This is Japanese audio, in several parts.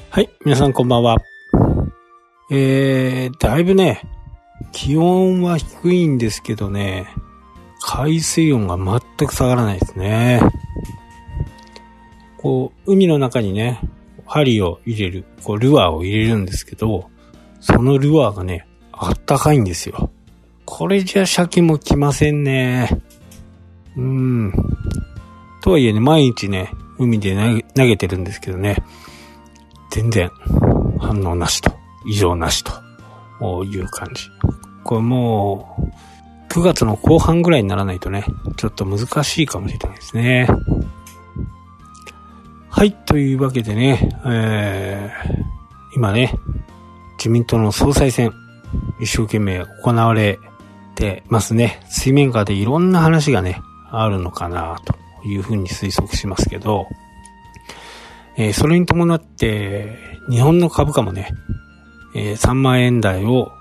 はい、皆さんこんばんは。だいぶね、気温は低いんですけどね、海水温が全く下がらないですね。海の中にね、針を入れる、ルアーを入れるんですけど、そのルアーがね、あったかいんですよ。これじゃ鮭も来ませんね。とはいえね、毎日ね、海で投げてるんですけどね、全然反応なしと、異常なしという感じ。これもう9月の後半ぐらいにならないとね、ちょっと難しいかもしれないですね。はい、というわけでね、今ね、自民党の総裁選一生懸命行われてますね。水面下でいろんな話がね、あるのかなというふうに推測しますけど、それに伴って日本の株価もね、3万円台を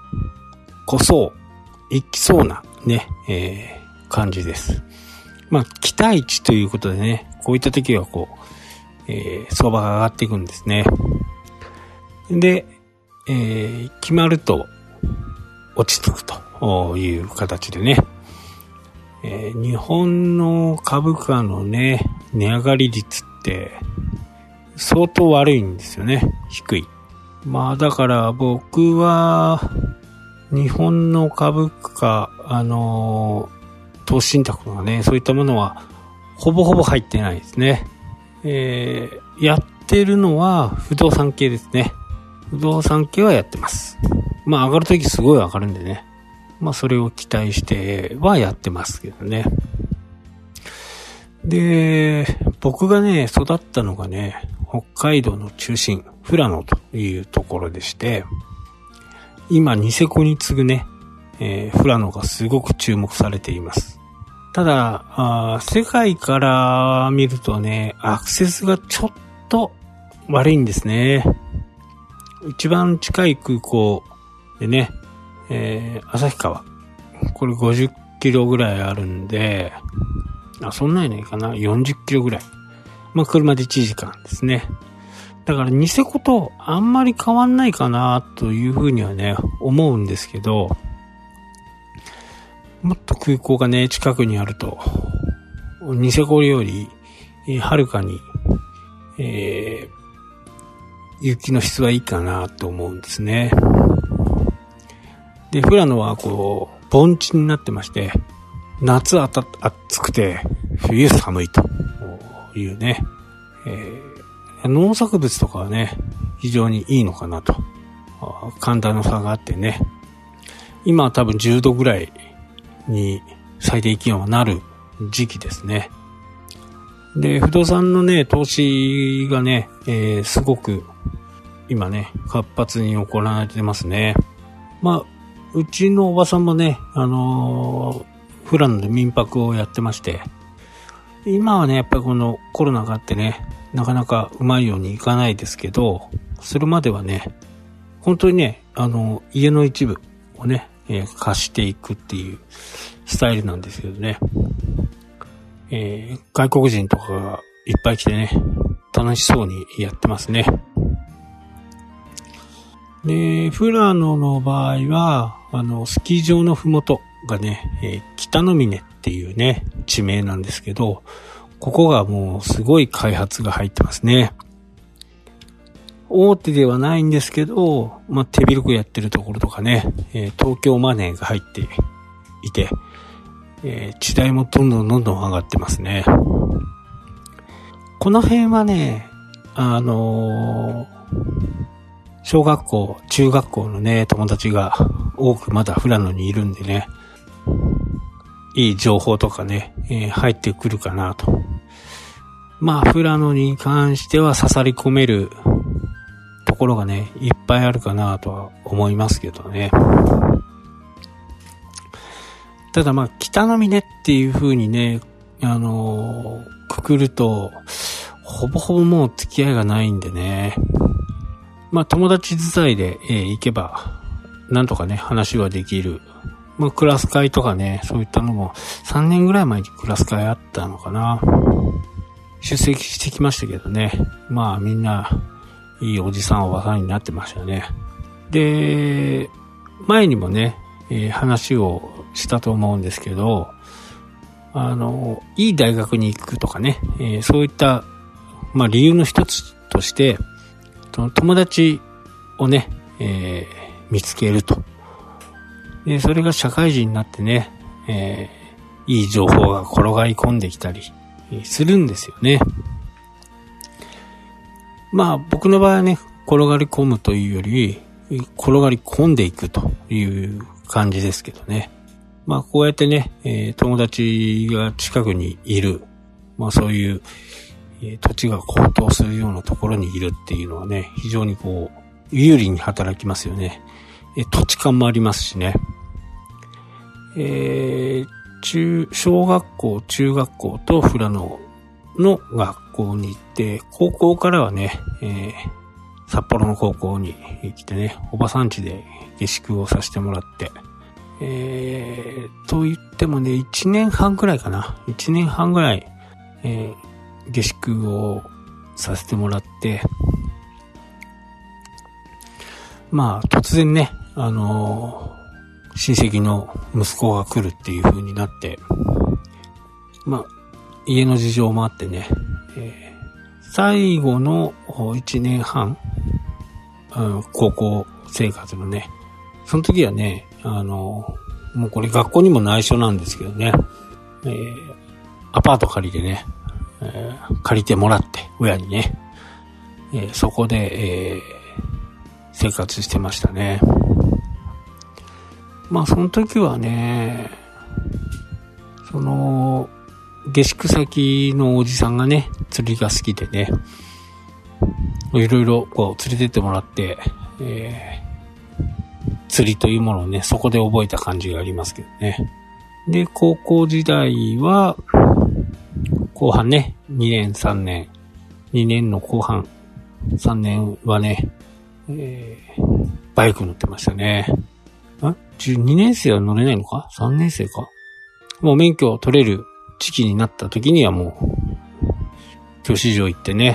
いきそうなね、感じです。期待値ということでね、こういった時は相場が上がっていくんですね。で、決まると落ち着くという形でね、日本の株価のね、値上がり率って相当悪いんですよね。低い。だから僕は日本の株価、投資信託とかね、そういったものはほぼほぼ入ってないですね。やってるのは不動産系ですね。不動産系はやってます。上がるときすごい上がるんでね。それを期待してはやってますけどね。で、僕がね、育ったのがね、北海道の中心、富良野というところでして、今、ニセコに次ぐね、富良野がすごく注目されています。ただ、世界から見るとね、アクセスがちょっと悪いんですね。一番近い空港でね、旭川。これ50キロぐらいあるんで、そんなにないかな、40キロぐらい。車で1時間ですね。だからニセコとあんまり変わんないかなというふうにはね、思うんですけど、もっと空港がね、近くにあると、ニセコより、はるかに、雪の質はいいかなと思うんですね。で、富良野は盆地になってまして、夏暑くて、冬寒いというね、農作物とかはね、非常にいいのかなと。寒暖の差があってね。今は多分10度ぐらいに最低気温はなる時期ですね。で、不動産のね、投資がね、すごく今ね、活発に行われてますね。うちのおばさんもね、富良野で民泊をやってまして、今はね、やっぱりこのコロナがあってね、なかなかうまいようにいかないですけど、それまではね、本当にね、家の一部をね、貸していくっていうスタイルなんですけどね、外国人とかがいっぱい来てね、楽しそうにやってますね。で、富良野の場合は、スキー場のふもとがね、北の峰っていうね、地名なんですけど、ここがもうすごい開発が入ってますね。大手ではないんですけど、手広くやってるところとかね、東京マネーが入っていて、地代もどんどん上がってますね。この辺はね、小学校、中学校のね、友達が多くまだ富良野にいるんでね、いい情報とかね、入ってくるかなと。富良野に関しては刺さり込めるところがね、いっぱいあるかなとは思いますけどね。ただ北の峰っていう風にね、くくると、ほぼほぼもう付き合いがないんでね。友達伝いで、行けば、なんとかね、話はできる。クラス会とかね、そういったのも、3年ぐらい前にクラス会あったのかな。出席してきましたけどね。みんな、 いいおじさんおばさんになってましたよね。で、前にもね、話をしたと思うんですけど、いい大学に行くとかね、そういった、理由の一つとして、友達をね、見つけると。で、それが社会人になってね、いい情報が転がり込んできたりするんですよね。僕の場合はね、転がり込むというより、転がり込んでいくという感じですけどね。こうやってね、友達が近くにいる、そういう、土地が高騰するようなところにいるっていうのはね、非常に有利に働きますよね。土地勘もありますしね。小学校、中学校と富良野の学校に行って、高校からはね、札幌の高校に来てね、おばさん家で下宿をさせてもらって、と言ってもね、1年半ぐらいかな。1年半ぐらい、下宿をさせてもらって、突然ね、親戚の息子が来るっていう風になって、家の事情もあってね、最後の1年半、高校生活のね、その時はね、もうこれ学校にも内緒なんですけどね、アパート借りてね、借りてもらって、親にね、そこで、生活してましたね。その時はね、下宿先のおじさんがね、釣りが好きでね、いろいろ連れてってもらって、釣りというものをね、そこで覚えた感じがありますけどね。で、高校時代は、後半ね、2年、3年、2年の後半、3年はね、バイク乗ってましたね。2年生は乗れないのか ?3 年生か。もう免許を取れる時期になった時にはもう、教習所行ってね、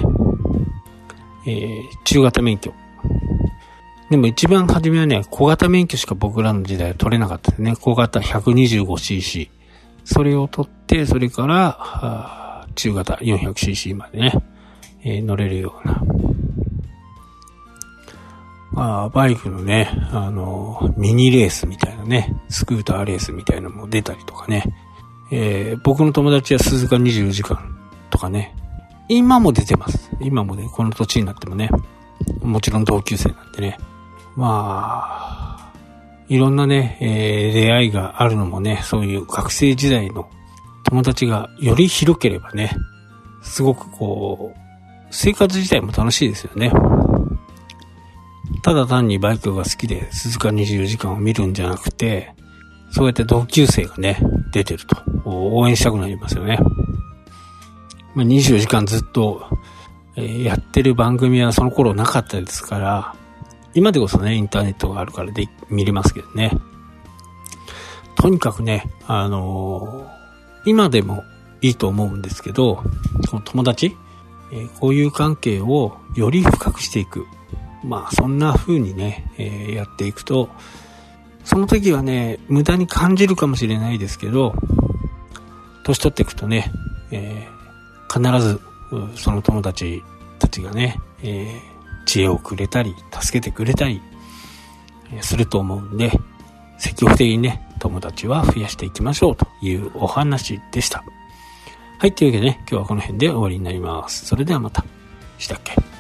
中型免許。でも一番初めはね、小型免許しか僕らの時代は取れなかったですね。小型 125cc。それを取って、それから、中型 400cc までね、乗れるような。バイクのね、ミニレースみたいなね、スクーターレースみたいなのも出たりとかね、僕の友達は鈴鹿24時間とかね、今も出てます。今もね、この年になってもね、もちろん同級生なんでね、いろんなね、出会いがあるのもね、そういう学生時代の友達がより広ければね、すごく生活自体も楽しいですよね。ただ単にバイクが好きで鈴鹿24時間を見るんじゃなくて、そうやって同級生がね、出てると応援したくなりますよね。24時間ずっと、やってる番組はその頃なかったですから、今でこそね、インターネットがあるからで見れますけどね。とにかくね、今でもいいと思うんですけど、その友達、交友関係をより深くしていく。そんな風にね、やっていくと、その時はね、無駄に感じるかもしれないですけど、年取っていくとね、必ず、その友達たちがね、知恵をくれたり、助けてくれたり、すると思うんで、積極的にね、友達は増やしていきましょうというお話でした。はい、というわけでね、今日はこの辺で終わりになります。それではまた。したっけ？